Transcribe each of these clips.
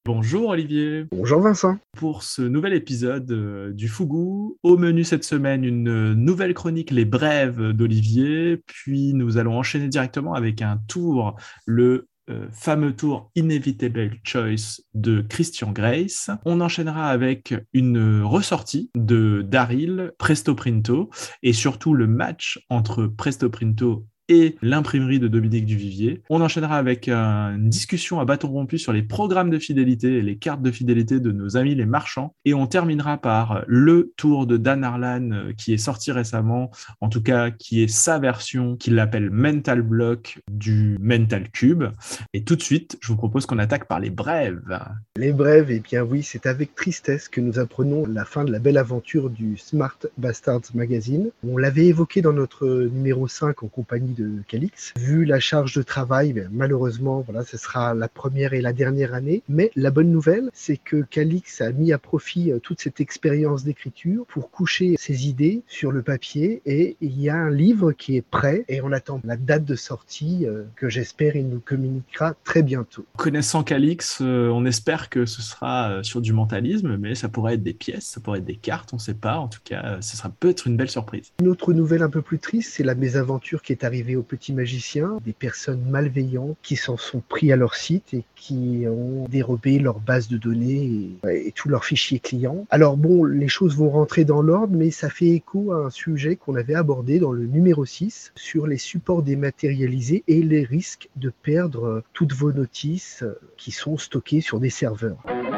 Bonjour Olivier, Bonjour Vincent. pour ce nouvel épisode du Fougou. Au menu cette semaine, une nouvelle chronique, Les Brèves d'Olivier, puis nous allons enchaîner directement avec un tour, le fameux tour Inevitable Choice de Christian Grace. On enchaînera avec une ressortie de Daryl, Presto Printo, et surtout le match entre Presto Printo et l'imprimerie de Dominique Duvivier. On enchaînera avec une discussion à bâton rompu sur les programmes de fidélité et les cartes de fidélité de nos amis les marchands. Et on terminera par le tour de Dan Harlan qui est sorti récemment, en tout cas qui est sa version qu'il appelle Mental Block du Mental Cube. Et tout de suite, je vous propose qu'on attaque par les brèves. Les brèves, eh bien oui, c'est avec tristesse que nous apprenons la fin de la belle aventure du Smart Bastards Magazine. On l'avait évoqué dans notre numéro 5 en compagnie de Calix. Vu la charge de travail, malheureusement, voilà, ce sera la première et la dernière année. Mais la bonne nouvelle, c'est que Calix a mis à profit toute cette expérience d'écriture pour coucher ses idées sur le papier, et il y a un livre qui est prêt et on attend la date de sortie que j'espère il nous communiquera très bientôt. Connaissant Calix, on espère que ce sera sur du mentalisme, mais ça pourrait être des pièces, ça pourrait être des cartes, on ne sait pas. En tout cas, ce sera peut-être une belle surprise. Une autre nouvelle un peu plus triste, c'est la mésaventure qui est arrivée au Petit Magicien. Des personnes malveillantes qui s'en sont pris à leur site et qui ont dérobé leur base de données et tous leurs fichiers clients. Alors bon, les choses vont rentrer dans l'ordre, mais ça fait écho à un sujet qu'on avait abordé dans le numéro 6 sur les supports dématérialisés et les risques de perdre toutes vos notices qui sont stockées sur des serveurs.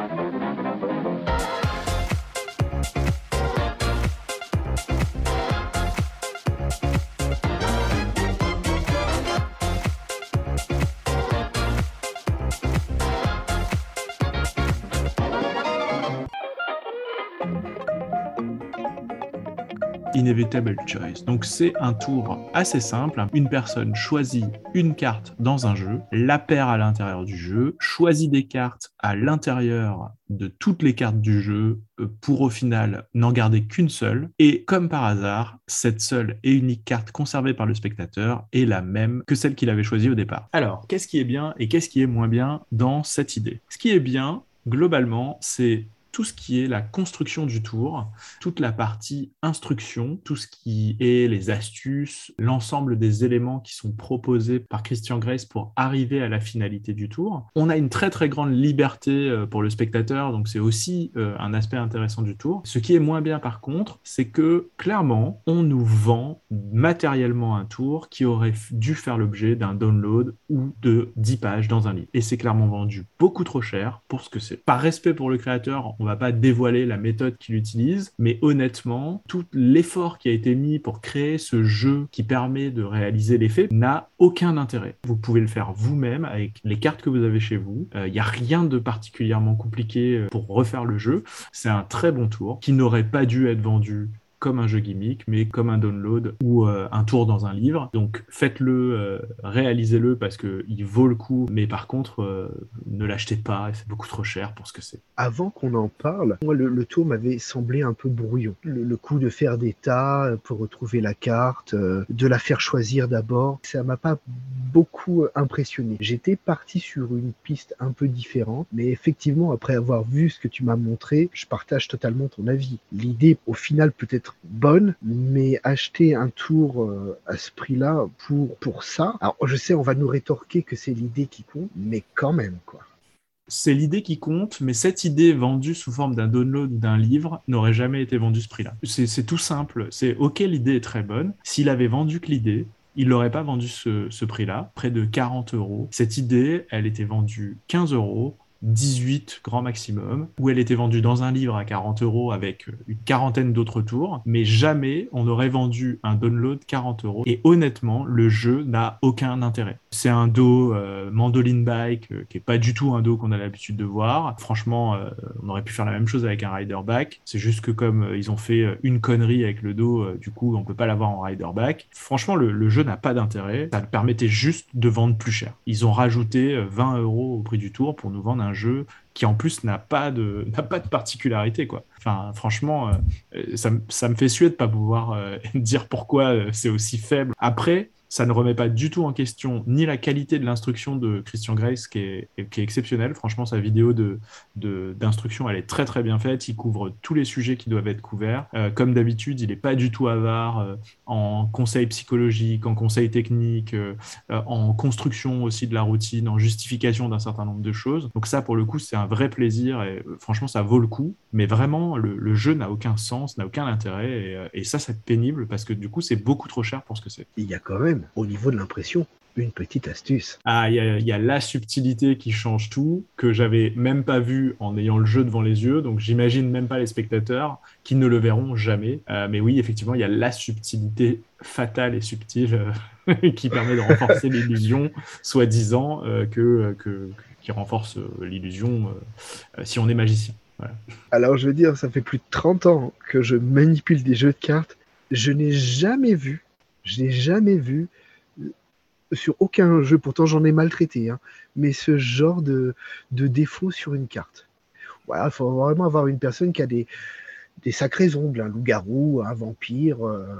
Inevitable Choice. Donc c'est un tour assez simple. Une personne choisit une carte dans un jeu, la perd à l'intérieur du jeu, choisit des cartes à l'intérieur de toutes les cartes du jeu pour au final n'en garder qu'une seule. Et comme par hasard, cette seule et unique carte conservée par le spectateur est la même que celle qu'il avait choisie au départ. Alors, qu'est-ce qui est bien et qu'est-ce qui est moins bien dans cette idée? Ce qui est bien, globalement, c'est tout ce qui est la construction du tour, toute la partie instruction, tout ce qui est les astuces, l'ensemble des éléments qui sont proposés par Christian Grace pour arriver à la finalité du tour. On a une très très grande liberté pour le spectateur, donc c'est aussi un aspect intéressant du tour. Ce qui est moins bien par contre, c'est que clairement, on nous vend matériellement un tour qui aurait dû faire l'objet d'un download ou de 10 pages dans un livre. Et c'est clairement vendu beaucoup trop cher pour ce que c'est. Par respect pour le créateur, on va pas dévoiler la méthode qu'il utilise, mais honnêtement, tout l'effort qui a été mis pour créer ce jeu qui permet de réaliser l'effet n'a aucun intérêt. Vous pouvez le faire vous-même avec les cartes que vous avez chez vous. Il n'y a rien de particulièrement compliqué pour refaire le jeu. C'est un très bon tour qui n'aurait pas dû être vendu comme un jeu gimmick, mais comme un download ou un tour dans un livre. Donc faites-le, réalisez-le parce qu'il vaut le coup, mais par contre, ne l'achetez pas, c'est beaucoup trop cher pour ce que c'est. Avant qu'on en parle, moi le tour m'avait semblé un peu brouillon. Le coup de faire des tas pour retrouver la carte, de la faire choisir d'abord, ça m'a pas beaucoup impressionné. J'étais parti sur une piste un peu différente, mais effectivement, après avoir vu ce que tu m'as montré, je partage totalement ton avis. L'idée, au final, peut être bonne, mais acheter un tour à ce prix-là pour ça, alors je sais, on va nous rétorquer que c'est l'idée qui compte, mais quand même, quoi. C'est l'idée qui compte, mais cette idée vendue sous forme d'un download ou d'un livre n'aurait jamais été vendue ce prix-là. C'est tout simple. C'est OK, l'idée est très bonne. S'il avait vendu que l'idée, il n'aurait pas vendu ce prix-là, près de 40 euros. Cette idée, elle était vendue 15 euros. 18 grand maximum, où elle était vendue dans un livre à 40 euros avec une quarantaine d'autres tours, mais jamais on n'aurait vendu un download 40 euros. Et honnêtement, le jeu n'a aucun intérêt. C'est un dos Mandoline Bike qui est pas du tout un dos qu'on a l'habitude de voir. Franchement, on aurait pu faire la même chose avec un Rider Back. C'est juste que comme ils ont fait une connerie avec le dos, du coup, on peut pas l'avoir en Rider Back. Franchement, le jeu n'a pas d'intérêt. Ça permettait juste de vendre plus cher. Ils ont rajouté 20 euros au prix du tour pour nous vendre un jeu qui en plus n'a pas de particularité, quoi. Enfin, franchement, ça me fait suer de pas pouvoir dire pourquoi c'est aussi faible. Après, Ça ne remet pas du tout en question ni la qualité de l'instruction de Christian Grace, qui est exceptionnelle. Franchement, sa vidéo d'instruction, elle est très très bien faite. Il couvre tous les sujets qui doivent être couverts. Comme d'habitude, il n'est pas du tout avare en conseils psychologiques, en conseils techniques, en construction aussi de la routine, en justification d'un certain nombre de choses. Donc ça, pour le coup, c'est un vrai plaisir et franchement, ça vaut le coup. Mais vraiment, le jeu n'a aucun sens, n'a aucun intérêt et ça, c'est pénible parce que du coup, c'est beaucoup trop cher pour ce que c'est. Il y a quand même, au niveau de l'impression, une petite astuce. Ah, il y a la subtilité qui change tout, que j'avais même pas vu en ayant le jeu devant les yeux, donc j'imagine même pas les spectateurs qui ne le verront jamais. Mais oui, effectivement, il y a la subtilité fatale et subtile qui permet de renforcer l'illusion, soi-disant, qui renforce l'illusion si on est magicien. Voilà. Alors je veux dire, ça fait plus de 30 ans que je manipule des jeux de cartes. Je n'ai jamais vu sur aucun jeu, pourtant j'en ai maltraité, hein, mais ce genre de défaut sur une carte. Voilà, il faut vraiment avoir une personne qui a des sacrés ongles, un loup-garou, un vampire.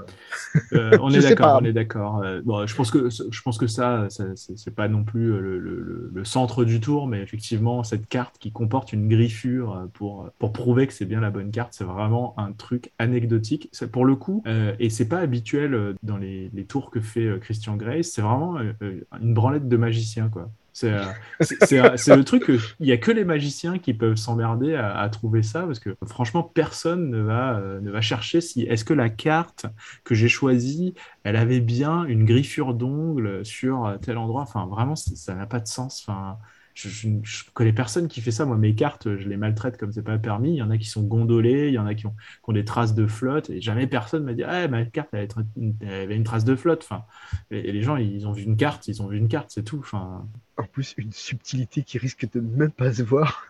On est d'accord, on est d'accord. Bon, je pense que ça c'est pas non plus le centre du tour, mais effectivement, cette carte qui comporte une griffure pour prouver que c'est bien la bonne carte, c'est vraiment un truc anecdotique. Pour le coup, et c'est pas habituel dans les tours que fait Christian Grace, c'est vraiment une branlette de magicien, quoi. C'est le truc il n'y a que les magiciens qui peuvent s'emmerder à trouver ça parce que franchement personne ne va chercher si est-ce que la carte que j'ai choisie elle avait bien une griffure d'ongle sur tel endroit. Enfin vraiment ça n'a pas de sens. Enfin je connais personne qui fait ça. Moi mes cartes je les maltraite comme c'est pas permis. Il y en a qui sont gondolées, il y en a qui ont des traces de flotte et jamais personne m'a dit ah ma carte elle avait une trace de flotte. Enfin et les gens ils ont vu une carte, c'est tout. Enfin En plus, une subtilité qui risque de même pas se voir.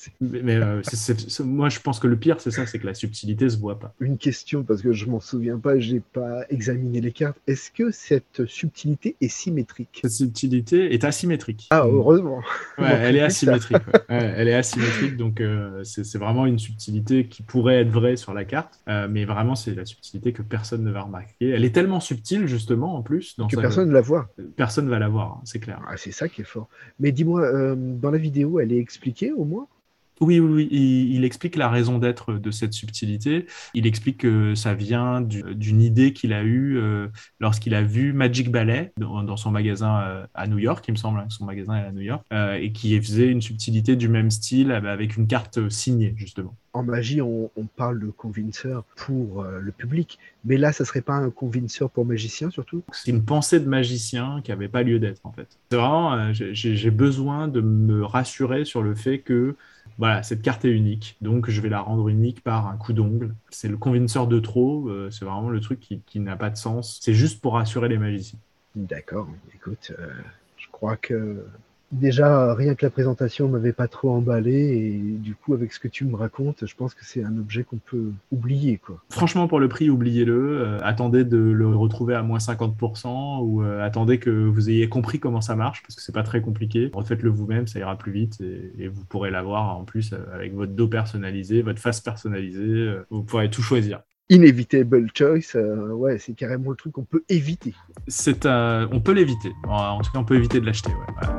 moi, je pense que le pire, c'est ça, c'est que la subtilité se voit pas. Une question, parce que je m'en souviens pas, j'ai pas examiné les cartes. Est-ce que cette subtilité est symétrique? Cette subtilité est asymétrique. Ah, heureusement. Ouais, elle est asymétrique. Ouais. Ouais, elle est asymétrique, donc c'est vraiment une subtilité qui pourrait être vraie sur la carte, mais vraiment, c'est la subtilité que personne ne va remarquer. Elle est tellement subtile, justement, en plus, que personne ne la voit. Personne ne va la voir, hein, c'est clair. Ah, c'est ça qui est fort. Mais dis-moi, dans la vidéo, elle est expliquée au moins? Oui, il explique la raison d'être de cette subtilité. Il explique que ça vient d'une idée qu'il a eue lorsqu'il a vu Magic Ballet dans son magasin à New York, il me semble, hein, que son magasin est à New York, et qui faisait une subtilité du même style avec une carte signée, justement. En magie, on parle de convinceur pour le public, mais là, ça serait pas un convinceur pour magicien, surtout? C'est une pensée de magicien qui n'avait pas lieu d'être, en fait. C'est vraiment, j'ai besoin de me rassurer sur le fait que voilà, cette carte est unique, donc je vais la rendre unique par un coup d'ongle. C'est le convinceur de trop, c'est vraiment le truc qui n'a pas de sens. C'est juste pour rassurer les magiciens. D'accord, écoute, je crois que déjà, rien que la présentation m'avait pas trop emballé, et du coup, avec ce que tu me racontes, je pense que c'est un objet qu'on peut oublier, quoi. Franchement, pour le prix, oubliez-le. Attendez de le retrouver à moins 50% ou attendez que vous ayez compris comment ça marche, parce que c'est pas très compliqué. Refaites-le vous-même, ça ira plus vite et vous pourrez l'avoir en plus avec votre dos personnalisé, votre face personnalisée. Vous pourrez tout choisir. Inevitable choice, ouais, c'est carrément le truc qu'on peut éviter. On peut l'éviter. En tout cas, on peut éviter de l'acheter. Ouais. Voilà.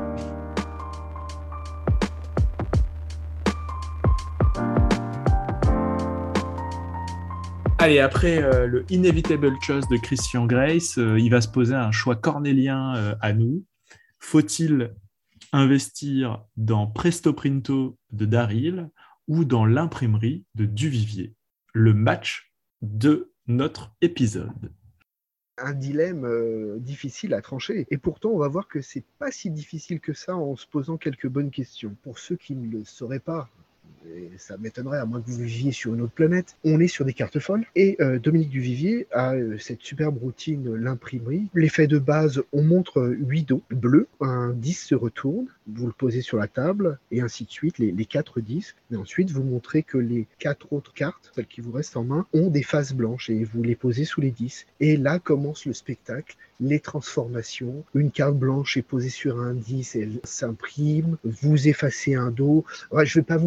Allez, après le Inevitable Choice de Christian Grace, il va se poser un choix cornélien à nous. Faut-il investir dans Presto Printo de Daryl ou dans l'imprimerie de Duvivier? Le match de notre épisode. Un dilemme difficile à trancher. Et pourtant, on va voir que c'est pas si difficile que ça en se posant quelques bonnes questions. Pour ceux qui ne le sauraient pas, et ça m'étonnerait à moins que vous viviez sur une autre planète, on est sur des cartes folles et Dominique Duvivier a cette superbe routine, l'imprimerie. L'effet de base, on montre 8 dos bleus, un 10 se retourne, vous le posez sur la table et ainsi de suite, les 4 10, et ensuite vous montrez que les 4 autres cartes, celles qui vous restent en main, ont des faces blanches et vous les posez sous les 10. Et là commence le spectacle, les transformations. Une carte blanche est posée sur un 10, elle s'imprime, vous effacez un dos. Ouais, je ne vais pas vous faire toute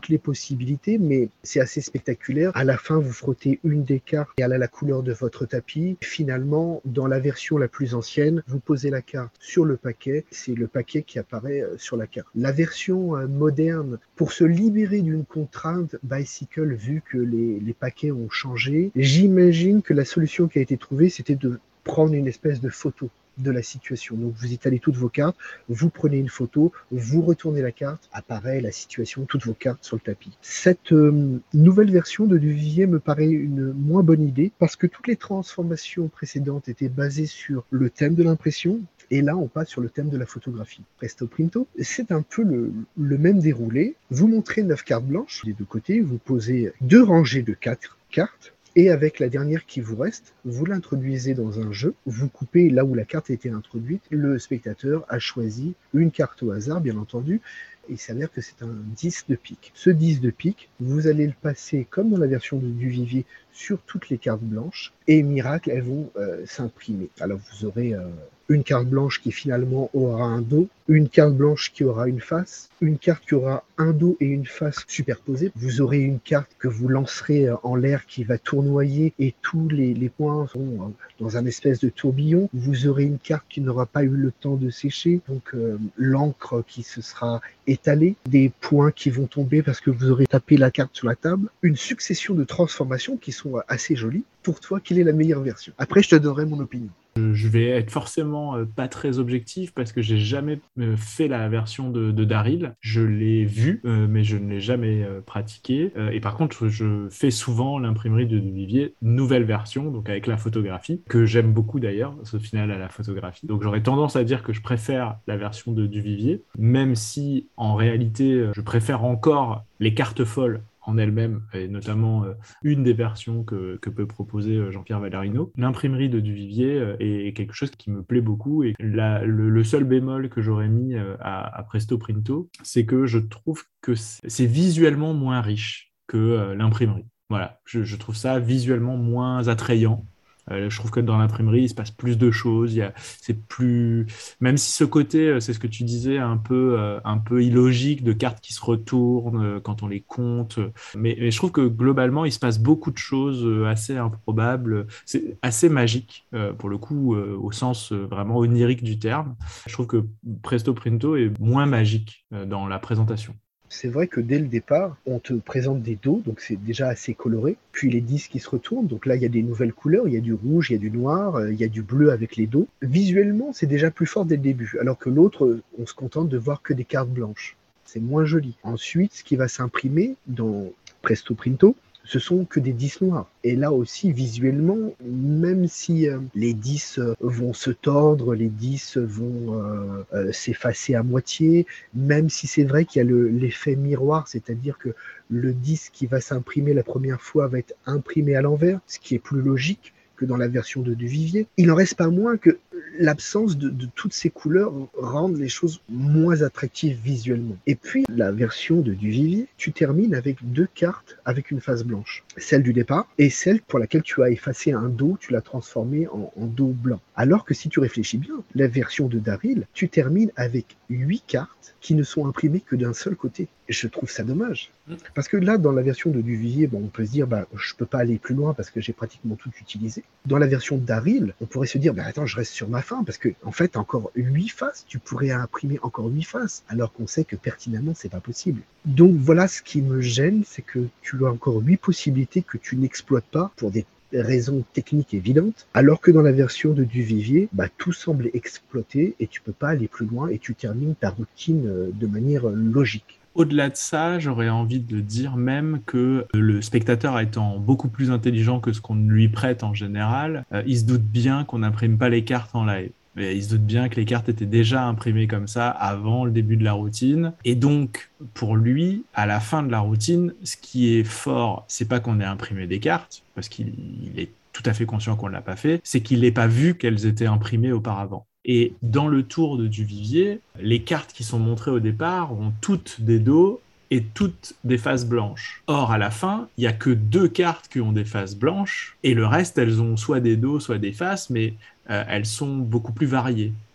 toutes les possibilités, mais c'est assez spectaculaire. À la fin, vous frottez une des cartes et elle a la couleur de votre tapis. Finalement, dans la version la plus ancienne, vous posez la carte sur le paquet, c'est le paquet qui apparaît sur la carte. La version moderne, pour se libérer d'une contrainte Bicycle, vu que les paquets ont changé, j'imagine que la solution qui a été trouvée, c'était de prendre une espèce de photo de la situation. Donc vous étalez toutes vos cartes, vous prenez une photo, vous retournez la carte, apparaît la situation, toutes vos cartes sur le tapis. Cette nouvelle version de Duvivier me paraît une moins bonne idée parce que toutes les transformations précédentes étaient basées sur le thème de l'impression. Et là, on passe sur le thème de la photographie. Presto Printo, c'est un peu le même déroulé. Vous montrez 9 cartes blanches des deux côtés, vous posez 2 rangées de 4 cartes. Et avec la dernière qui vous reste, vous l'introduisez dans un jeu, vous coupez là où la carte a été introduite, le spectateur a choisi une carte au hasard, bien entendu, et il s'avère que c'est un 10 de pique. Ce 10 de pique, vous allez le passer, comme dans la version de Duvivier, sur toutes les cartes blanches, et miracle, elles vont s'imprimer. Alors vous aurez une carte blanche qui finalement aura un dos, une carte blanche qui aura une face, une carte qui aura un dos et une face superposés. Vous aurez une carte que vous lancerez en l'air qui va tournoyer et tous les points sont dans un espèce de tourbillon. Vous aurez une carte qui n'aura pas eu le temps de sécher, donc l'encre qui se sera étalée, des points qui vont tomber parce que vous aurez tapé la carte sur la table. Une succession de transformations qui sont assez jolies. Pour toi, quelle est la meilleure version? Après, je te donnerai mon opinion. Je vais être forcément pas très objectif parce que j'ai jamais fait la version de Daryl. Je l'ai vu, mais je ne l'ai jamais pratiqué. Et par contre, je fais souvent l'imprimerie de Duvivier, nouvelle version, donc avec la photographie, que j'aime beaucoup d'ailleurs, au final à la photographie. Donc j'aurais tendance à dire que je préfère la version de Duvivier, même si en réalité, je préfère encore les cartes folles en elle-même, et notamment une des versions que peut proposer Jean-Pierre Valerino. L'imprimerie de Duvivier est quelque chose qui me plaît beaucoup, et le seul bémol que j'aurais mis à Presto Printo, c'est que je trouve que c'est visuellement moins riche que l'imprimerie. Voilà, je trouve ça visuellement moins attrayant. Je trouve que dans l'imprimerie, il se passe plus de choses. C'est plus, même si ce côté, c'est ce que tu disais, un peu illogique de cartes qui se retournent quand on les compte. Mais je trouve que globalement, il se passe beaucoup de choses assez improbables. C'est assez magique pour le coup, au sens vraiment onirique du terme. Je trouve que Presto Printo est moins magique dans la présentation. C'est vrai que dès le départ, on te présente des dos, donc c'est déjà assez coloré. Puis les disques qui se retournent, donc là il y a des nouvelles couleurs, il y a du rouge, il y a du noir, il y a du bleu avec les dos. Visuellement, c'est déjà plus fort dès le début, alors que l'autre, on se contente de voir que des cartes blanches. C'est moins joli. Ensuite, ce qui va s'imprimer dans Presto Printo, ce sont que des 10 noirs. Et là aussi, visuellement, même si les 10 vont se tordre, les 10 vont s'effacer à moitié, même si c'est vrai qu'il y a l'effet miroir, c'est-à-dire que le 10 qui va s'imprimer la première fois va être imprimé à l'envers, ce qui est plus logique que dans la version de Duvivier. Il n'en reste pas moins que l'absence de toutes ces couleurs rendent les choses moins attractives visuellement. Et puis, la version de Duvivier, tu termines avec 2 cartes avec une face blanche. Celle du départ et celle pour laquelle tu as effacé un dos, tu l'as transformé en dos blanc. Alors que si tu réfléchis bien, la version de Daryl, tu termines avec 8 cartes qui ne sont imprimées que d'un seul côté. Et je trouve ça dommage. Parce que là, dans la version de Duvivier, on peut se dire, je peux pas aller plus loin parce que j'ai pratiquement tout utilisé. Dans la version de Daryl, on pourrait se dire, attends, je reste sur ma fin parce que, en fait, encore 8 faces, tu pourrais imprimer encore 8 faces, alors qu'on sait que pertinemment, c'est pas possible. Donc voilà, ce qui me gêne, c'est que tu as encore 8 possibilités que tu n'exploites pas pour des raisons techniques évidentes, alors que dans la version de Duvivier, tout semble exploité et tu peux pas aller plus loin et tu termines ta routine de manière logique. Au-delà de ça, j'aurais envie de dire même que le spectateur étant beaucoup plus intelligent que ce qu'on lui prête en général, il se doute bien qu'on n'imprime pas les cartes en live. Et il se doute bien que les cartes étaient déjà imprimées comme ça avant le début de la routine. Et donc, pour lui, à la fin de la routine, ce qui est fort, c'est pas qu'on ait imprimé des cartes, parce qu'il est tout à fait conscient qu'on ne l'a pas fait, c'est qu'il n'ait pas vu qu'elles étaient imprimées auparavant. Et dans le tour de Duvivier, les cartes qui sont montrées au départ ont toutes des dos et toutes des faces blanches. Or, à la fin, il n'y a que 2 cartes qui ont des faces blanches, et le reste, elles ont soit des dos, soit des faces, mais elles sont beaucoup plus variées.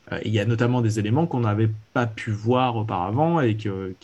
Il y a notamment des éléments qu'on n'avait pas pu voir auparavant et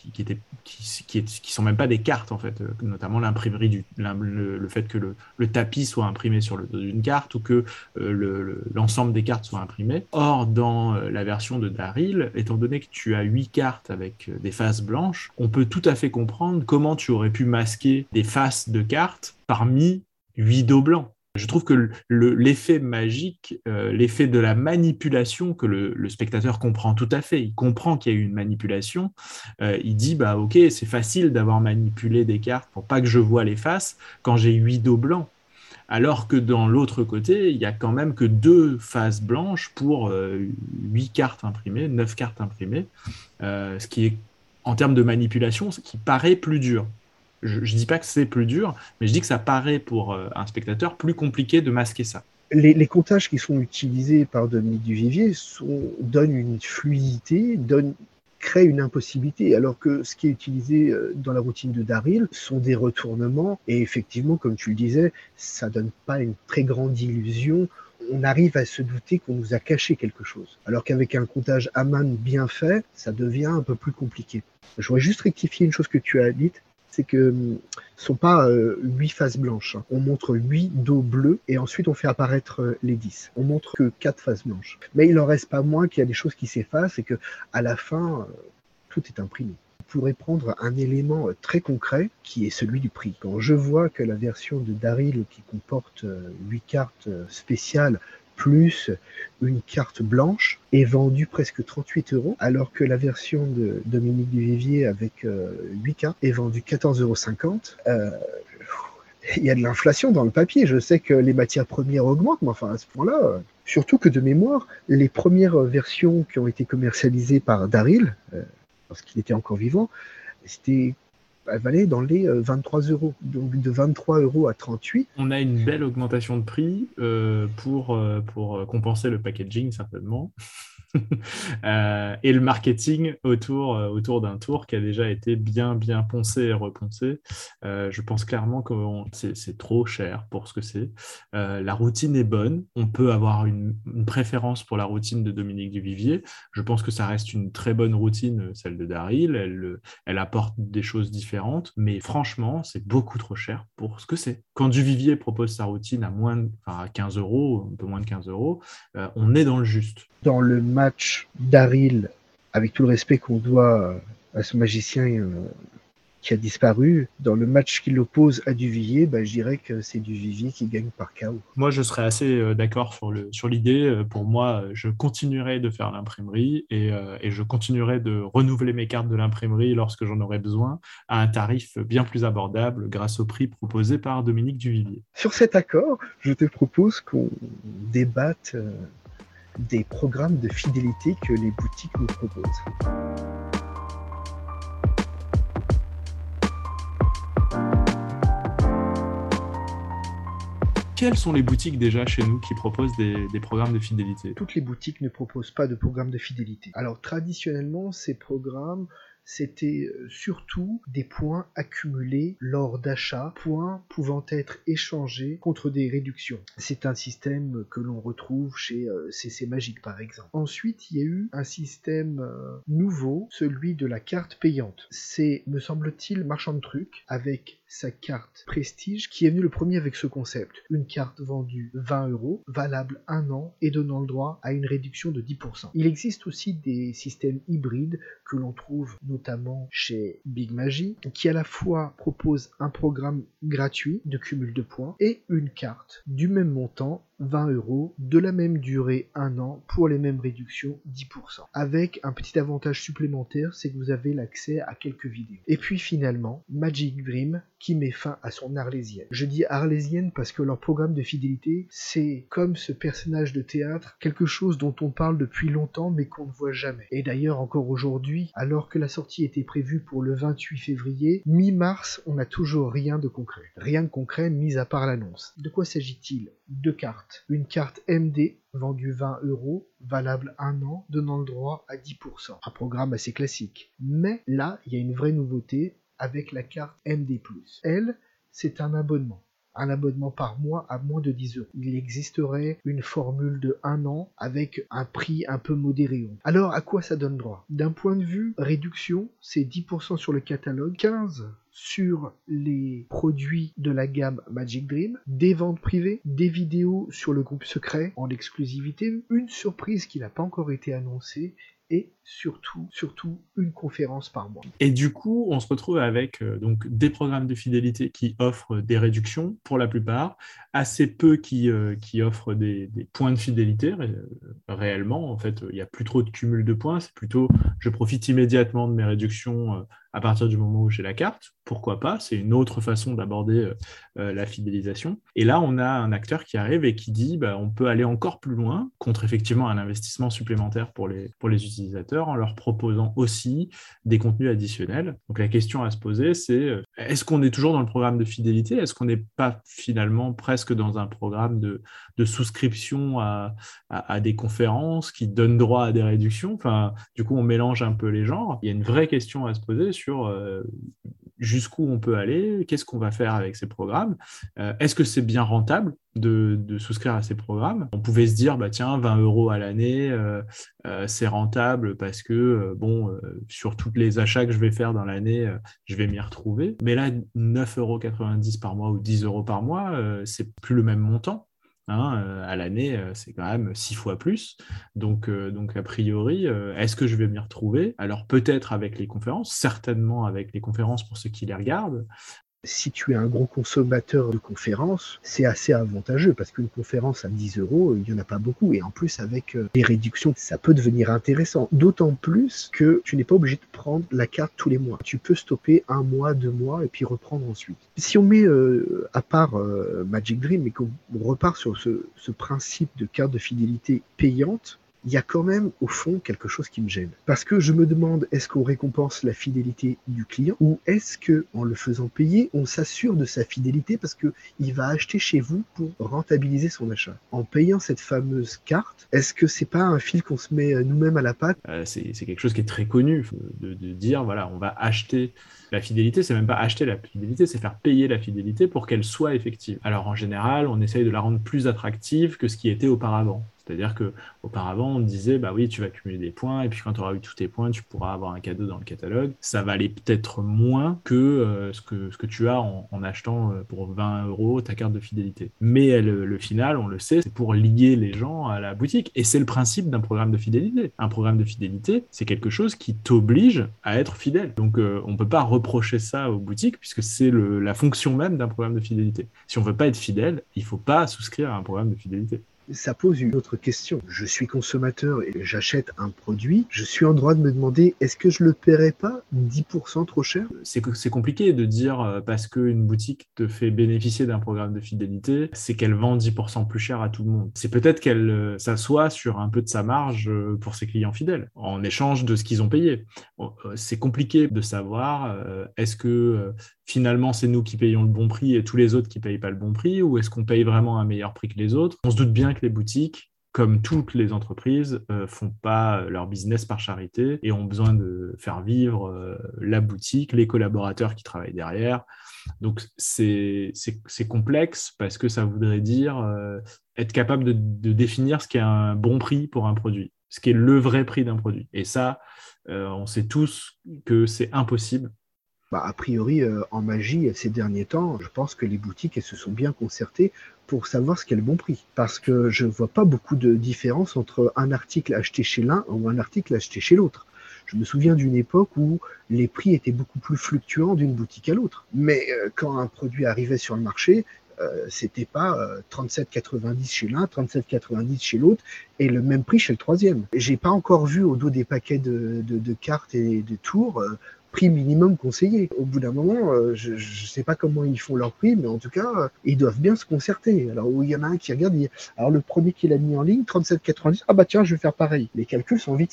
qui sont même pas des cartes en fait, notamment l'imprimerie le fait que le tapis soit imprimé sur le dos d'une carte ou que l'ensemble des cartes soit imprimé. Or, dans la version de Daril, étant donné que tu as 8 cartes avec des faces blanches, on peut tout à fait comprendre comment tu aurais pu masquer des faces de cartes parmi 8 dos blancs. Je trouve que l'effet magique, l'effet de la manipulation que le spectateur comprend tout à fait, il comprend qu'il y a eu une manipulation, il dit, bah ok, c'est facile d'avoir manipulé des cartes pour pas que je vois les faces quand j'ai 8 dos blancs. Alors que dans l'autre côté, il y a quand même que 2 faces blanches pour 8 cartes imprimées, 9 cartes imprimées, ce qui est, en termes de manipulation, ce qui paraît plus dur. Je ne dis pas que c'est plus dur, mais je dis que ça paraît pour un spectateur plus compliqué de masquer ça. Les comptages qui sont utilisés par Dominique Duvivier donnent une fluidité, créent une impossibilité, alors que ce qui est utilisé dans la routine de Daril sont des retournements, et effectivement, comme tu le disais, ça donne pas une très grande illusion. On arrive à se douter qu'on nous a caché quelque chose. Alors qu'avec un comptage Hamann bien fait, ça devient un peu plus compliqué. Je voudrais juste rectifier une chose que tu as dite, c'est que ce sont pas 8 faces blanches. Hein. On montre 8 dos bleus et ensuite on fait apparaître les 10. On montre que 4 faces blanches. Mais il en reste pas moins qu'il y a des choses qui s'effacent et que à la fin, tout est imprimé. On pourrait prendre un élément très concret qui est celui du prix. Quand je vois que la version de Daril qui comporte 8 cartes spéciales plus une carte blanche est vendue presque 38 €, alors que la version de Dominique Duvivier avec 8 cartes est vendue 14,50 €. Il y a de l'inflation dans le papier. Je sais que les matières premières augmentent, mais enfin à ce point-là, surtout que de mémoire, les premières versions qui ont été commercialisées par Daril, lorsqu'il était encore vivant, elle valait dans les 23 €. Donc de 23 € à 38. On a une belle augmentation de prix pour compenser le packaging, certainement. Et le marketing autour d'un tour qui a déjà été bien, bien poncé et reponcé. Je pense clairement que c'est trop cher pour ce que c'est. La routine est bonne. On peut avoir une préférence pour la routine de Dominique Duvivier. Je pense que ça reste une très bonne routine, celle de Daril. Elle apporte des choses différentes, mais franchement, c'est beaucoup trop cher pour ce que c'est. Quand Duvivier propose sa routine à 15 €, un peu moins de 15 €, on est dans le juste. Dans le match Daril, avec tout le respect qu'on doit à ce magicien qui a disparu, dans le match qui l'oppose à Duvivier, je dirais que c'est Duvivier qui gagne par KO. Moi, je serais assez d'accord sur l'idée. Pour moi, je continuerai de faire l'imprimerie et je continuerai de renouveler mes cartes de l'imprimerie lorsque j'en aurai besoin à un tarif bien plus abordable grâce au prix proposé par Dominique Duvivier. Sur cet accord, je te propose qu'on débatte des programmes de fidélité que les boutiques nous proposent. Quelles sont les boutiques déjà chez nous qui proposent des programmes de fidélité? Toutes les boutiques ne proposent pas de programme de fidélité. Alors traditionnellement, ces programmes, c'était surtout des points accumulés lors d'achats, points pouvant être échangés contre des réductions. C'est un système que l'on retrouve chez CC Magique par exemple. Ensuite, il y a eu un système nouveau, celui de la carte payante. C'est, me semble-t-il, Marchand de Trucs avec sa carte Prestige qui est venu le premier avec ce concept. Une carte vendue 20 €, valable 1 an et donnant le droit à une réduction de 10%. Il existe aussi des systèmes hybrides que l'on trouve notamment chez Big Magie, qui à la fois propose un programme gratuit de cumul de points et une carte du même montant, 20 €, de la même durée 1 an, pour les mêmes réductions 10%. Avec un petit avantage supplémentaire, c'est que vous avez l'accès à quelques vidéos. Et puis finalement, Magic Dream, qui met fin à son arlésienne. Je dis arlésienne parce que leur programme de fidélité, c'est comme ce personnage de théâtre, quelque chose dont on parle depuis longtemps mais qu'on ne voit jamais. Et d'ailleurs encore aujourd'hui, alors que la sortie était prévue pour le 28 février, mi-mars, on n'a toujours rien de concret. Rien de concret mis à part l'annonce. De quoi s'agit-il? 2 cartes. Une carte MD, vendue 20 €, valable 1 an, donnant le droit à 10%. Un programme assez classique. Mais là, il y a une vraie nouveauté avec la carte MD+. Elle, c'est un abonnement. un abonnement par mois à moins de 10 euros. Il existerait une formule de 1 an avec un prix un peu modéré. Alors, à quoi ça donne droit? D'un point de vue réduction, c'est 10% sur le catalogue, 15% sur les produits de la gamme Magic Dream, des ventes privées, des vidéos sur le groupe secret en exclusivité, une surprise qui n'a pas encore été annoncée, et surtout une conférence par mois. Et du coup, on se retrouve avec donc des programmes de fidélité qui offrent des réductions pour la plupart, assez peu qui offrent des points de fidélité réellement. En fait, il n'y a plus trop de cumul de points, c'est plutôt je profite immédiatement de mes réductions à partir du moment où j'ai la carte. Pourquoi pas? C'est une autre façon d'aborder la fidélisation. Et là, on a un acteur qui arrive et qui dit on peut aller encore plus loin contre effectivement un investissement supplémentaire pour les utilisateurs en leur proposant aussi des contenus additionnels. Donc la question à se poser, c'est est-ce qu'on est toujours dans le programme de fidélité? Est-ce qu'on n'est pas finalement presque dans un programme de souscription à des conférences qui donnent droit à des réductions? Enfin, du coup, on mélange un peu les genres. Il y a une vraie question à se poser sur jusqu'où on peut aller, qu'est-ce qu'on va faire avec ces programmes, est-ce que c'est bien rentable de souscrire à ces programmes? On pouvait se dire, tiens, 20 euros à l'année, c'est rentable parce que, sur tous les achats que je vais faire dans l'année, je vais m'y retrouver. Mais là, 9,90 € par mois ou 10 € par mois, c'est plus le même montant. À l'année, c'est quand même 6 fois plus. Donc a priori, est-ce que je vais m'y retrouver? Alors peut-être avec les conférences, certainement avec les conférences pour ceux qui les regardent. Si tu es un gros consommateur de conférences, c'est assez avantageux parce qu'une conférence à 10 euros, il n'y en a pas beaucoup. Et en plus, avec les réductions, ça peut devenir intéressant. D'autant plus que tu n'es pas obligé de prendre la carte tous les mois. Tu peux stopper 1 mois, 2 mois et puis reprendre ensuite. Si on met à part Magic Dream et qu'on repart sur ce principe de carte de fidélité payante, il y a quand même, au fond, quelque chose qui me gêne. Parce que je me demande, est-ce qu'on récompense la fidélité du client ou est-ce que, en le faisant payer, on s'assure de sa fidélité parce qu'il va acheter chez vous pour rentabiliser son achat? En payant cette fameuse carte, est-ce que c'est pas un fil qu'on se met nous-mêmes à la patte? C'est quelque chose qui est très connu, de dire, voilà, on va acheter la fidélité, c'est même pas acheter la fidélité, c'est faire payer la fidélité pour qu'elle soit effective. Alors en général, on essaye de la rendre plus attractive que ce qui était auparavant. C'est-à-dire qu'auparavant, on disait, oui, tu vas cumuler des points, et puis quand tu auras eu tous tes points, tu pourras avoir un cadeau dans le catalogue. Ça valait peut-être moins que ce que tu as en achetant pour 20 € ta carte de fidélité. Mais le final, on le sait, c'est pour lier les gens à la boutique. Et c'est le principe d'un programme de fidélité. Un programme de fidélité, c'est quelque chose qui t'oblige à être fidèle. Donc, on ne peut pas reprocher ça aux boutiques, puisque c'est la fonction même d'un programme de fidélité. Si on ne veut pas être fidèle, il ne faut pas souscrire à un programme de fidélité. Ça pose une autre question. Je suis consommateur et j'achète un produit. Je suis en droit de me demander, est-ce que je le paierai pas 10% trop cher? C'est compliqué de dire parce qu'une boutique te fait bénéficier d'un programme de fidélité, c'est qu'elle vend 10% plus cher à tout le monde. C'est peut-être qu'elle s'assoit sur un peu de sa marge pour ses clients fidèles, en échange de ce qu'ils ont payé. C'est compliqué de savoir, est-ce que finalement c'est nous qui payons le bon prix et tous les autres qui ne payent pas le bon prix, ou est-ce qu'on paye vraiment un meilleur prix que les autres? On se doute bien que les boutiques, comme toutes les entreprises, font pas leur business par charité et ont besoin de faire vivre la boutique, les collaborateurs qui travaillent derrière. Donc c'est complexe parce que ça voudrait dire être capable de définir ce qu'est un bon prix pour un produit, ce qui est le vrai prix d'un produit. Et ça, on sait tous que c'est impossible. A priori, en magie, ces derniers temps, je pense que les boutiques elles se sont bien concertées pour savoir ce qu'est le bon prix. Parce que je ne vois pas beaucoup de différence entre un article acheté chez l'un ou un article acheté chez l'autre. Je me souviens d'une époque où les prix étaient beaucoup plus fluctuants d'une boutique à l'autre. Mais quand un produit arrivait sur le marché, c'était pas 37,90 chez l'un, 37,90 chez l'autre, et le même prix chez le troisième. J'ai pas encore vu au dos des paquets de cartes et de tours prix minimum conseillé. Au bout d'un moment, je ne sais pas comment ils font leur prix, mais en tout cas, ils doivent bien se concerter. Alors, où il y en a un qui regarde, alors le premier qui l'a mis en ligne, 37,90, tiens, je vais faire pareil. Les calculs sont vite...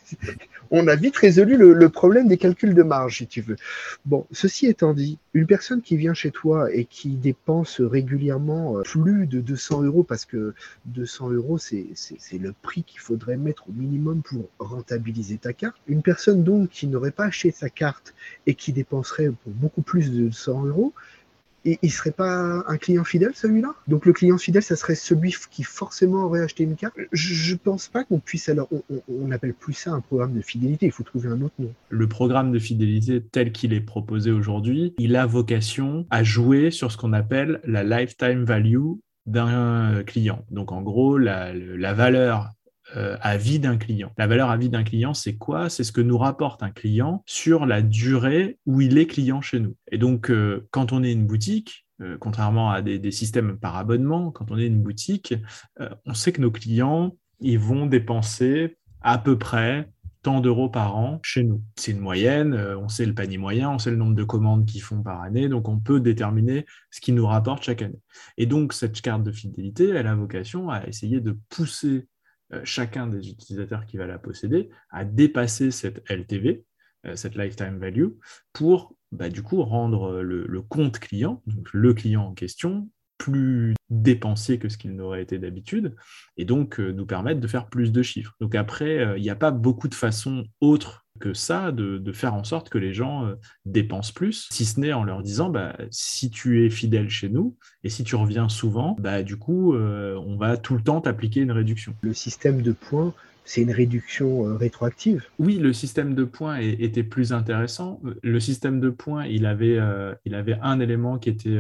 On a vite résolu le problème des calculs de marge, si tu veux. Bon, ceci étant dit, une personne qui vient chez toi et qui dépense régulièrement plus de 200 €, parce que 200 €, c'est le prix qu'il faudrait mettre au minimum pour rentabiliser ta carte. Une personne donc qui n'aurait pas acheté sa carte et qui dépenserait pour beaucoup plus de 200 €, Et il serait pas un client fidèle, celui-là? Donc le client fidèle, ça serait celui qui forcément aurait acheté une carte? Je pense pas qu'on puisse alors, on n'appelle plus ça un programme de fidélité, il faut trouver un autre nom. Le programme de fidélité tel qu'il est proposé aujourd'hui, il a vocation à jouer sur ce qu'on appelle la lifetime value d'un client. Donc en gros, la valeur à vie d'un client. La valeur à vie d'un client, c'est quoi? C'est ce que nous rapporte un client sur la durée où il est client chez nous. Et donc, quand on est une boutique, contrairement à des systèmes par abonnement, quand on est une boutique, on sait que nos clients, ils vont dépenser à peu près tant d'euros par an chez nous. C'est une moyenne, on sait le panier moyen, on sait le nombre de commandes qu'ils font par année, donc on peut déterminer ce qu'ils nous rapportent chaque année. Et donc, cette carte de fidélité, elle a vocation à essayer de pousser chacun des utilisateurs qui va la posséder à dépasser cette LTV, cette lifetime value, pour du coup rendre le compte client, donc le client en question, plus dépensier que ce qu'il n'aurait été d'habitude, et donc nous permettre de faire plus de chiffres. Donc après, il n'y a pas beaucoup de façons autres que ça de faire en sorte que les gens dépensent plus, si ce n'est en leur disant si tu es fidèle chez nous et si tu reviens souvent, du coup on va tout le temps t'appliquer une réduction. Le système de points, c'est une réduction rétroactive. Oui, le système de points était plus intéressant. Le système de points, il avait un élément qui était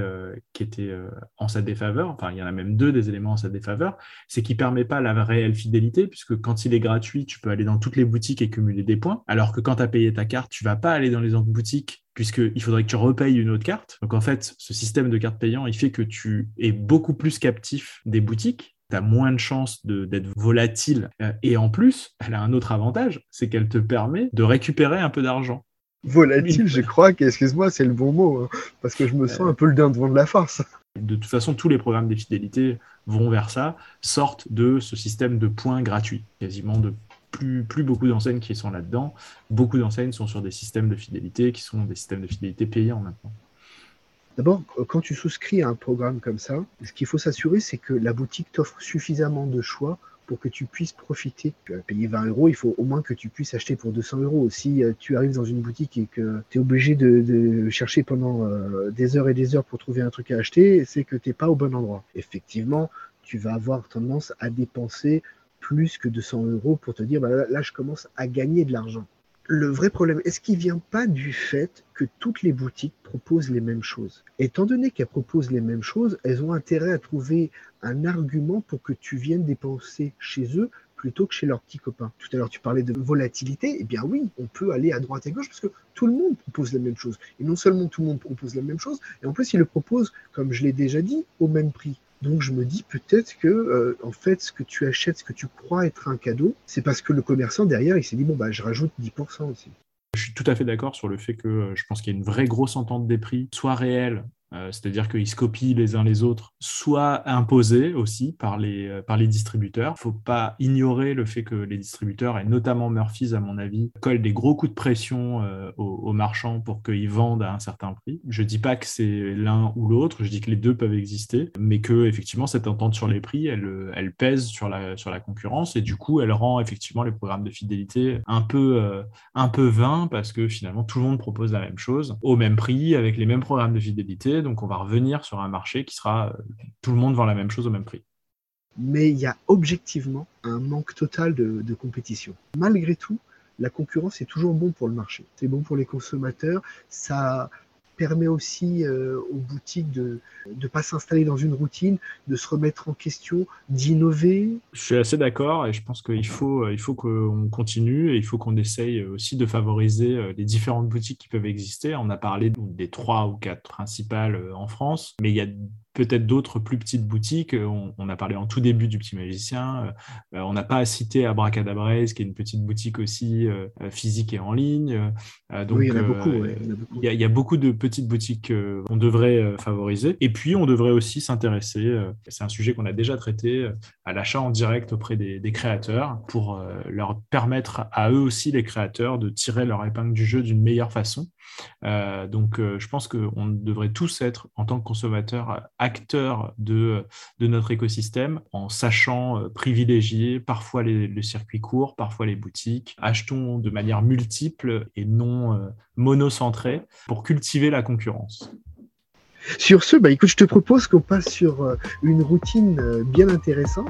en sa défaveur. Enfin, il y en a même deux des éléments en sa défaveur. C'est qu'il ne permet pas la réelle fidélité, puisque quand il est gratuit, tu peux aller dans toutes les boutiques et cumuler des points. Alors que quand tu as payé ta carte, tu ne vas pas aller dans les autres boutiques, puisqu'il faudrait que tu repayes une autre carte. Donc en fait, ce système de carte payant, il fait que tu es beaucoup plus captif des boutiques. Tu as moins de chances d'être volatile. Et en plus, elle a un autre avantage, c'est qu'elle te permet de récupérer un peu d'argent. Volatile, je crois excuse-moi, c'est le bon mot, hein, parce que je me sens un peu le dindon de la farce. De toute façon, tous les programmes de fidélité vont vers ça, sortent de ce système de points gratuits. Quasiment de plus beaucoup d'enseignes qui sont là-dedans. Beaucoup d'enseignes sont sur des systèmes de fidélité qui sont des systèmes de fidélité payants maintenant. D'abord, quand tu souscris à un programme comme ça, ce qu'il faut s'assurer, c'est que la boutique t'offre suffisamment de choix pour que tu puisses profiter. Tu vas payer 20 euros, il faut au moins que tu puisses acheter pour 200 euros. Si tu arrives dans une boutique et que tu es obligé de chercher pendant des heures et des heures pour trouver un truc à acheter, c'est que tu n'es pas au bon endroit. Effectivement, tu vas avoir tendance à dépenser plus que 200 euros pour te dire, là, je commence à gagner de l'argent. Le vrai problème, est-ce qu'il ne vient pas du fait que toutes les boutiques proposent les mêmes choses? Étant donné qu'elles proposent les mêmes choses, elles ont intérêt à trouver un argument pour que tu viennes dépenser chez eux plutôt que chez leurs petits copains. Tout à l'heure, tu parlais de volatilité. Eh bien oui, on peut aller à droite et à gauche parce que tout le monde propose la même chose. Et non seulement tout le monde propose la même chose, et en plus, ils le proposent, comme je l'ai déjà dit, au même prix. Donc je me dis peut-être que en fait ce que tu achètes, ce que tu crois être un cadeau, c'est parce que le commerçant derrière il s'est dit je rajoute 10% aussi. Je suis tout à fait d'accord sur le fait que je pense qu'il y a une vraie grosse entente des prix, soit réelle, c'est-à-dire qu'ils se copient les uns les autres, soit imposée aussi par les distributeurs. Il ne faut pas ignorer le fait que les distributeurs, et notamment Murphy's à mon avis, collent des gros coups de pression aux marchands pour qu'ils vendent à un certain prix. Je ne dis pas que c'est l'un ou l'autre, je dis que les deux peuvent exister, mais que effectivement cette entente sur les prix, elle pèse sur la concurrence et du coup elle rend effectivement les programmes de fidélité un peu vains parce que finalement tout le monde propose la même chose au même prix avec les mêmes programmes de fidélité. Donc, on va revenir sur un marché qui sera tout le monde vend la même chose au même prix. Mais il y a objectivement un manque total de compétition. Malgré tout, la concurrence est toujours bon pour le marché. C'est bon pour les consommateurs. Ça permet aussi aux boutiques de ne pas s'installer dans une routine, de se remettre en question, d'innover. Je suis assez d'accord et je pense qu'il faut qu'on continue et il faut qu'on essaye aussi de favoriser les différentes boutiques qui peuvent exister. On a parlé des 3 ou 4 principales en France, mais il y a peut-être d'autres plus petites boutiques. On a parlé en tout début du Petit Magicien. On n'a pas cité Abracadabraise, qui est une petite boutique aussi physique et en ligne. Donc, oui, il y en a beaucoup. Il y a beaucoup de petites boutiques qu'on devrait favoriser. Et puis, on devrait aussi s'intéresser, c'est un sujet qu'on a déjà traité, à l'achat en direct auprès des créateurs pour leur permettre à eux aussi, les créateurs, de tirer leur épingle du jeu d'une meilleure façon. Donc, je pense qu'on devrait tous être, en tant que consommateurs, acteurs de notre écosystème en sachant privilégier parfois les circuits courts, parfois les boutiques. Achetons de manière multiple et non monocentrée pour cultiver la concurrence. Sur ce, écoute, je te propose qu'on passe sur une routine bien intéressante.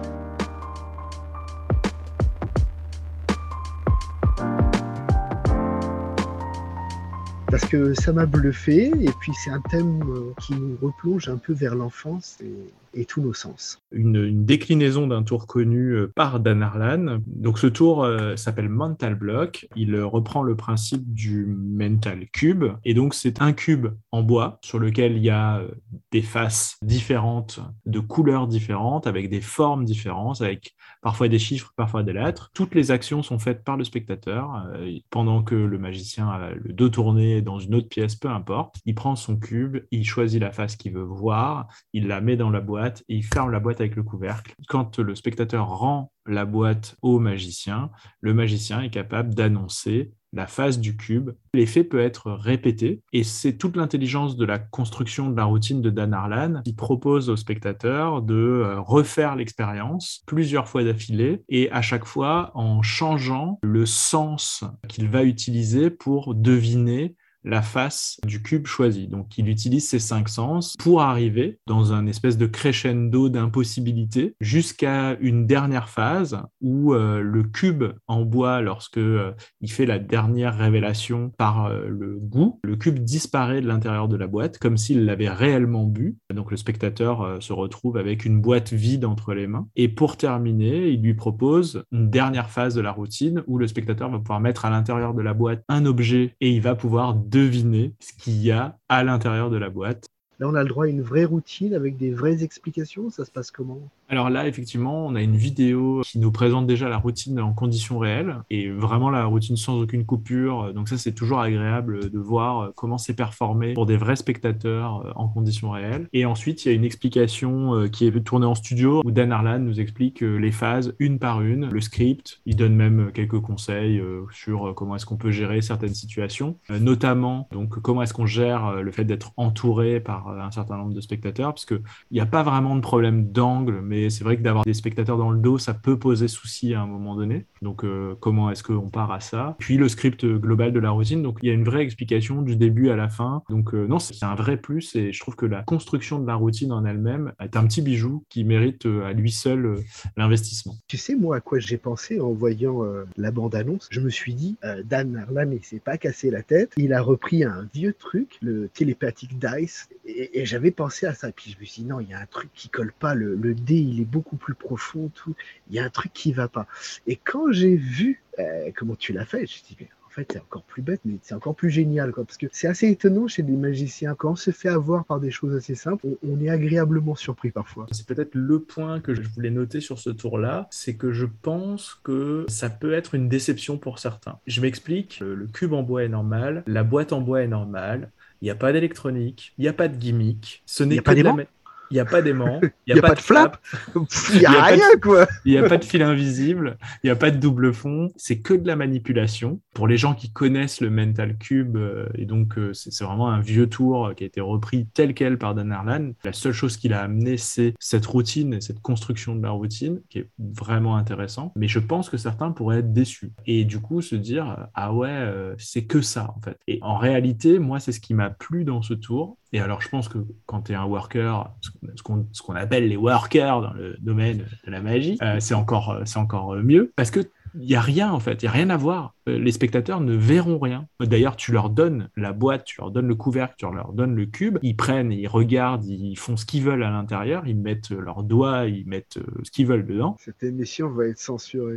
Parce que ça m'a bluffé, et puis c'est un thème qui nous replonge un peu vers l'enfance et tous nos sens. Une déclinaison d'un tour connu par Dan Harlan. Donc ce tour s'appelle Mental Block. Il reprend le principe du Mental Cube. Et donc c'est un cube en bois sur lequel il y a des faces différentes, de couleurs différentes, avec des formes différentes, avec parfois des chiffres, parfois des lettres. Toutes les actions sont faites par le spectateur pendant que le magicien a le dos tourné dans une autre pièce, peu importe. Il prend son cube, il choisit la face qu'il veut voir, il la met dans la boîte et il ferme la boîte avec le couvercle. Quand le spectateur rend la boîte au magicien, le magicien est capable d'annoncer la face du cube. L'effet peut être répété et c'est toute l'intelligence de la construction de la routine de Dan Harlan qui propose au spectateur de refaire l'expérience plusieurs fois d'affilée et à chaque fois en changeant le sens qu'il va utiliser pour deviner la face du cube choisi. Donc, il utilise ses 5 sens pour arriver dans un espèce de crescendo d'impossibilité jusqu'à une dernière phase où le cube en bois, lorsque il fait la dernière révélation par le goût, le cube disparaît de l'intérieur de la boîte comme s'il l'avait réellement bu. Donc, le spectateur se retrouve avec une boîte vide entre les mains. Et pour terminer, il lui propose une dernière phase de la routine où le spectateur va pouvoir mettre à l'intérieur de la boîte un objet et il va pouvoir deviner ce qu'il y a à l'intérieur de la boîte. Là, on a le droit à une vraie routine avec des vraies explications. Ça se passe comment ? Alors là, effectivement, on a une vidéo qui nous présente déjà la routine en conditions réelles et vraiment la routine sans aucune coupure. Donc ça, c'est toujours agréable de voir comment c'est performé pour des vrais spectateurs en conditions réelles. Et ensuite, il y a une explication qui est tournée en studio où Dan Harlan nous explique les phases une par une, le script. Il donne même quelques conseils sur comment est-ce qu'on peut gérer certaines situations, notamment donc comment est-ce qu'on gère le fait d'être entouré par un certain nombre de spectateurs, parce qu'il n'y a pas vraiment de problème d'angle, mais c'est vrai que d'avoir des spectateurs dans le dos, ça peut poser souci à un moment donné. Donc, comment est-ce qu'on part à ça? Puis le script global de la routine. Donc, il y a une vraie explication du début à la fin. Donc, non, c'est un vrai plus et je trouve que la construction de la routine en elle-même est un petit bijou qui mérite à lui seul l'investissement. Tu sais, moi, à quoi j'ai pensé en voyant la bande-annonce? Je me suis dit, Dan Harlan, il s'est pas cassé la tête. Il a repris un vieux truc, le Telepathic Dice, et j'avais pensé à ça. Puis je me suis dit, non, il y a un truc qui colle pas. Le dé, il est beaucoup plus profond. Tout. Il y a un truc qui va pas. Et quand j'ai vu comment tu l'as fait, je me suis dit, mais en fait, c'est encore plus bête, mais c'est encore plus génial, quoi. Parce que c'est assez étonnant chez les magiciens. Quand on se fait avoir par des choses assez simples, on est agréablement surpris parfois. C'est peut-être le point que je voulais noter sur ce tour-là, c'est que je pense que ça peut être une déception pour certains. Je m'explique, le cube en bois est normal, la boîte en bois est normale, il n'y a pas d'électronique, il n'y a pas de gimmick, ce n'est que de la... Il n'y a pas d'aimant, il n'y a pas de flap, il n'y a rien, quoi. Il n'y a pas de fil invisible, il n'y a pas de double fond, c'est que de la manipulation. Pour les gens qui connaissent le Mental Cube, et donc c'est vraiment un vieux tour qui a été repris tel quel par Dan Harlan, la seule chose qu'il a amené, c'est cette routine, cette construction de la routine, qui est vraiment intéressant. Mais je pense que certains pourraient être déçus. Et du coup, se dire, ah ouais, c'est que ça, en fait. Et en réalité, moi, c'est ce qui m'a plu dans ce tour. Et alors, je pense que quand tu es un worker, ce qu'on appelle les workers dans le domaine de la magie, c'est encore mieux parce que il n'y a rien en fait, il n'y a rien à voir. Les spectateurs ne verront rien. D'ailleurs, tu leur donnes la boîte, tu leur donnes le couvercle, tu leur donnes le cube, ils prennent, ils regardent, ils font ce qu'ils veulent à l'intérieur, ils mettent leurs doigts, ils mettent ce qu'ils veulent dedans. Cette émission va être censurée.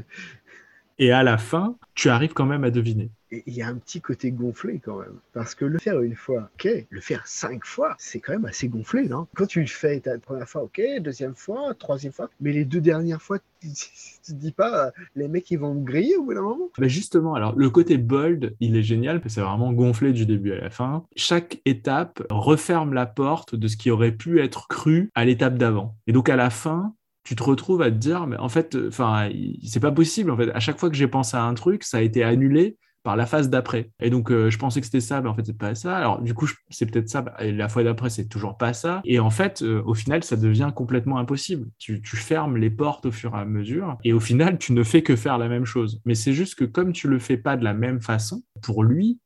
Et à la fin, tu arrives quand même à deviner. Et il y a un petit côté gonflé quand même. Parce que le faire une fois, ok, le faire 5 fois, c'est quand même assez gonflé, non? Quand tu le fais la première fois, ok, deuxième fois, troisième fois, mais les 2 dernières fois, tu te dis pas, les mecs, ils vont me griller au bout d'un moment? Mais justement, alors le côté bold, il est génial, parce que c'est vraiment gonflé du début à la fin. Chaque étape referme la porte de ce qui aurait pu être cru à l'étape d'avant. Et donc à la fin, tu te retrouves à te dire, mais en fait, c'est pas possible. En fait, à chaque fois que j'ai pensé à un truc, ça a été annulé par la phase d'après. Et donc, je pensais que c'était ça, mais en fait, c'est pas ça. Alors, du coup, c'est peut-être ça. Et la fois d'après, c'est toujours pas ça. Et en fait, au final, ça devient complètement impossible. Tu fermes les portes au fur et à mesure. Et au final, tu ne fais que faire la même chose. Mais c'est juste que comme tu le fais pas de la même façon, pour lui,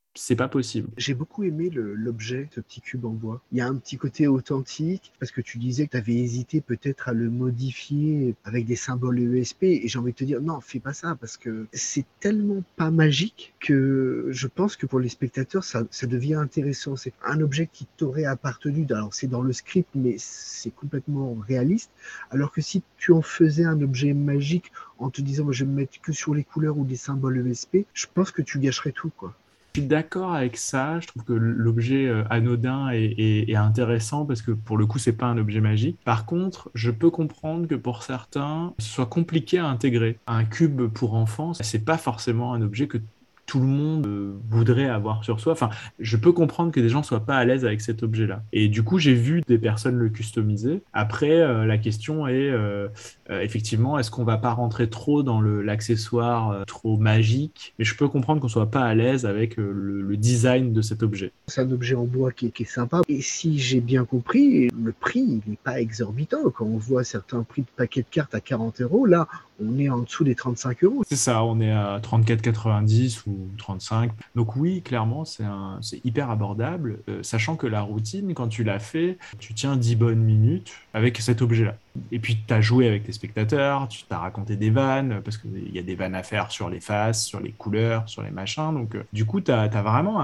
c'est pas possible. J'ai beaucoup aimé l'objet, ce petit cube en bois. Il y a un petit côté authentique, parce que tu disais que tu avais hésité peut-être à le modifier avec des symboles ESP, et j'ai envie de te dire, non, fais pas ça, parce que c'est tellement pas magique que je pense que pour les spectateurs, ça devient intéressant. C'est un objet qui t'aurait appartenu, alors c'est dans le script, mais c'est complètement réaliste, alors que si tu en faisais un objet magique en te disant, je vais me mettre que sur les couleurs ou des symboles ESP, je pense que tu gâcherais tout, quoi. Je suis d'accord avec ça. Je trouve que l'objet anodin est intéressant parce que pour le coup, c'est pas un objet magique. Par contre, je peux comprendre que pour certains, ce soit compliqué à intégrer. Un cube pour enfants, c'est pas forcément un objet que tout le monde voudrait avoir sur soi. Enfin, je peux comprendre que des gens soient pas à l'aise avec cet objet-là. Et du coup, j'ai vu des personnes le customiser. Après, la question est effectivement, est-ce qu'on va pas rentrer trop dans l'accessoire trop magique? Mais je peux comprendre qu'on soit pas à l'aise avec le design de cet objet. C'est un objet en bois qui est sympa. Et si j'ai bien compris, le prix, il n'est pas exorbitant. Quand on voit certains prix de paquets de cartes à 40 €, là, on est en dessous des 35 €. C'est ça, on est à 34,90 ou 35. Donc oui, clairement, c'est hyper abordable, sachant que la routine, quand tu l'as fait, tu tiens 10 bonnes minutes avec cet objet-là. Et puis, tu as joué avec tes spectateurs, tu t'as raconté des vannes, parce qu'il y a des vannes à faire sur les faces, sur les couleurs, sur les machins. Donc, du coup, tu as vraiment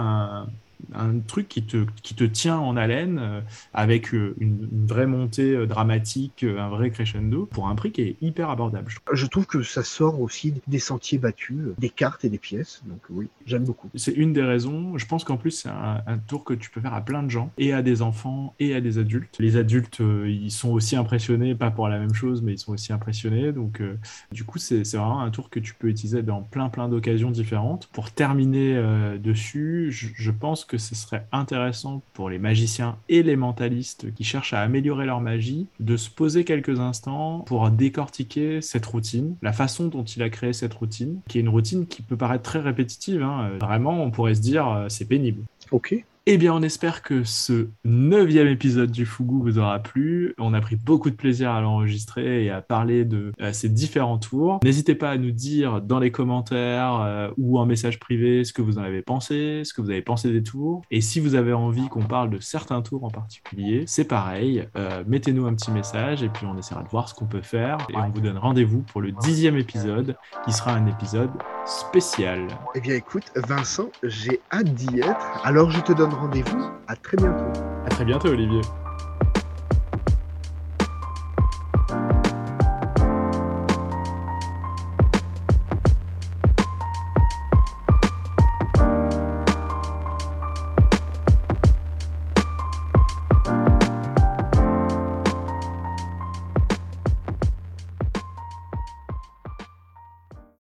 un truc qui te tient en haleine avec une vraie montée dramatique, un vrai crescendo, pour un prix qui est hyper abordable. Je trouve que ça sort aussi des sentiers battus, des cartes et des pièces. Donc oui, j'aime beaucoup. C'est une des raisons. Je pense qu'en plus, c'est un tour que tu peux faire à plein de gens, et à des enfants, et à des adultes. Les adultes, ils sont aussi impressionnés, pas pour la même chose, mais ils sont aussi impressionnés. Donc, du coup, c'est vraiment un tour que tu peux utiliser dans plein d'occasions différentes. Pour terminer dessus, je pense que ce serait intéressant pour les magiciens et les mentalistes qui cherchent à améliorer leur magie de se poser quelques instants pour décortiquer cette routine, la façon dont il a créé cette routine, qui est une routine qui peut paraître très répétitive, hein. Vraiment, on pourrait se dire, c'est pénible. Ok. Eh bien, on espère que ce 9e épisode du Fougou vous aura plu. On a pris beaucoup de plaisir à l'enregistrer et à parler de ces différents tours. N'hésitez pas à nous dire dans les commentaires ou en message privé ce que vous en avez pensé, ce que vous avez pensé des tours. Et si vous avez envie qu'on parle de certains tours en particulier, c'est pareil. Mettez-nous un petit message et puis on essaiera de voir ce qu'on peut faire. Et on vous donne rendez-vous pour le 10e épisode qui sera un épisode spécial. Eh bien écoute, Vincent, j'ai hâte d'y être. Alors je te donne rendez-vous à très bientôt. À très bientôt, Olivier.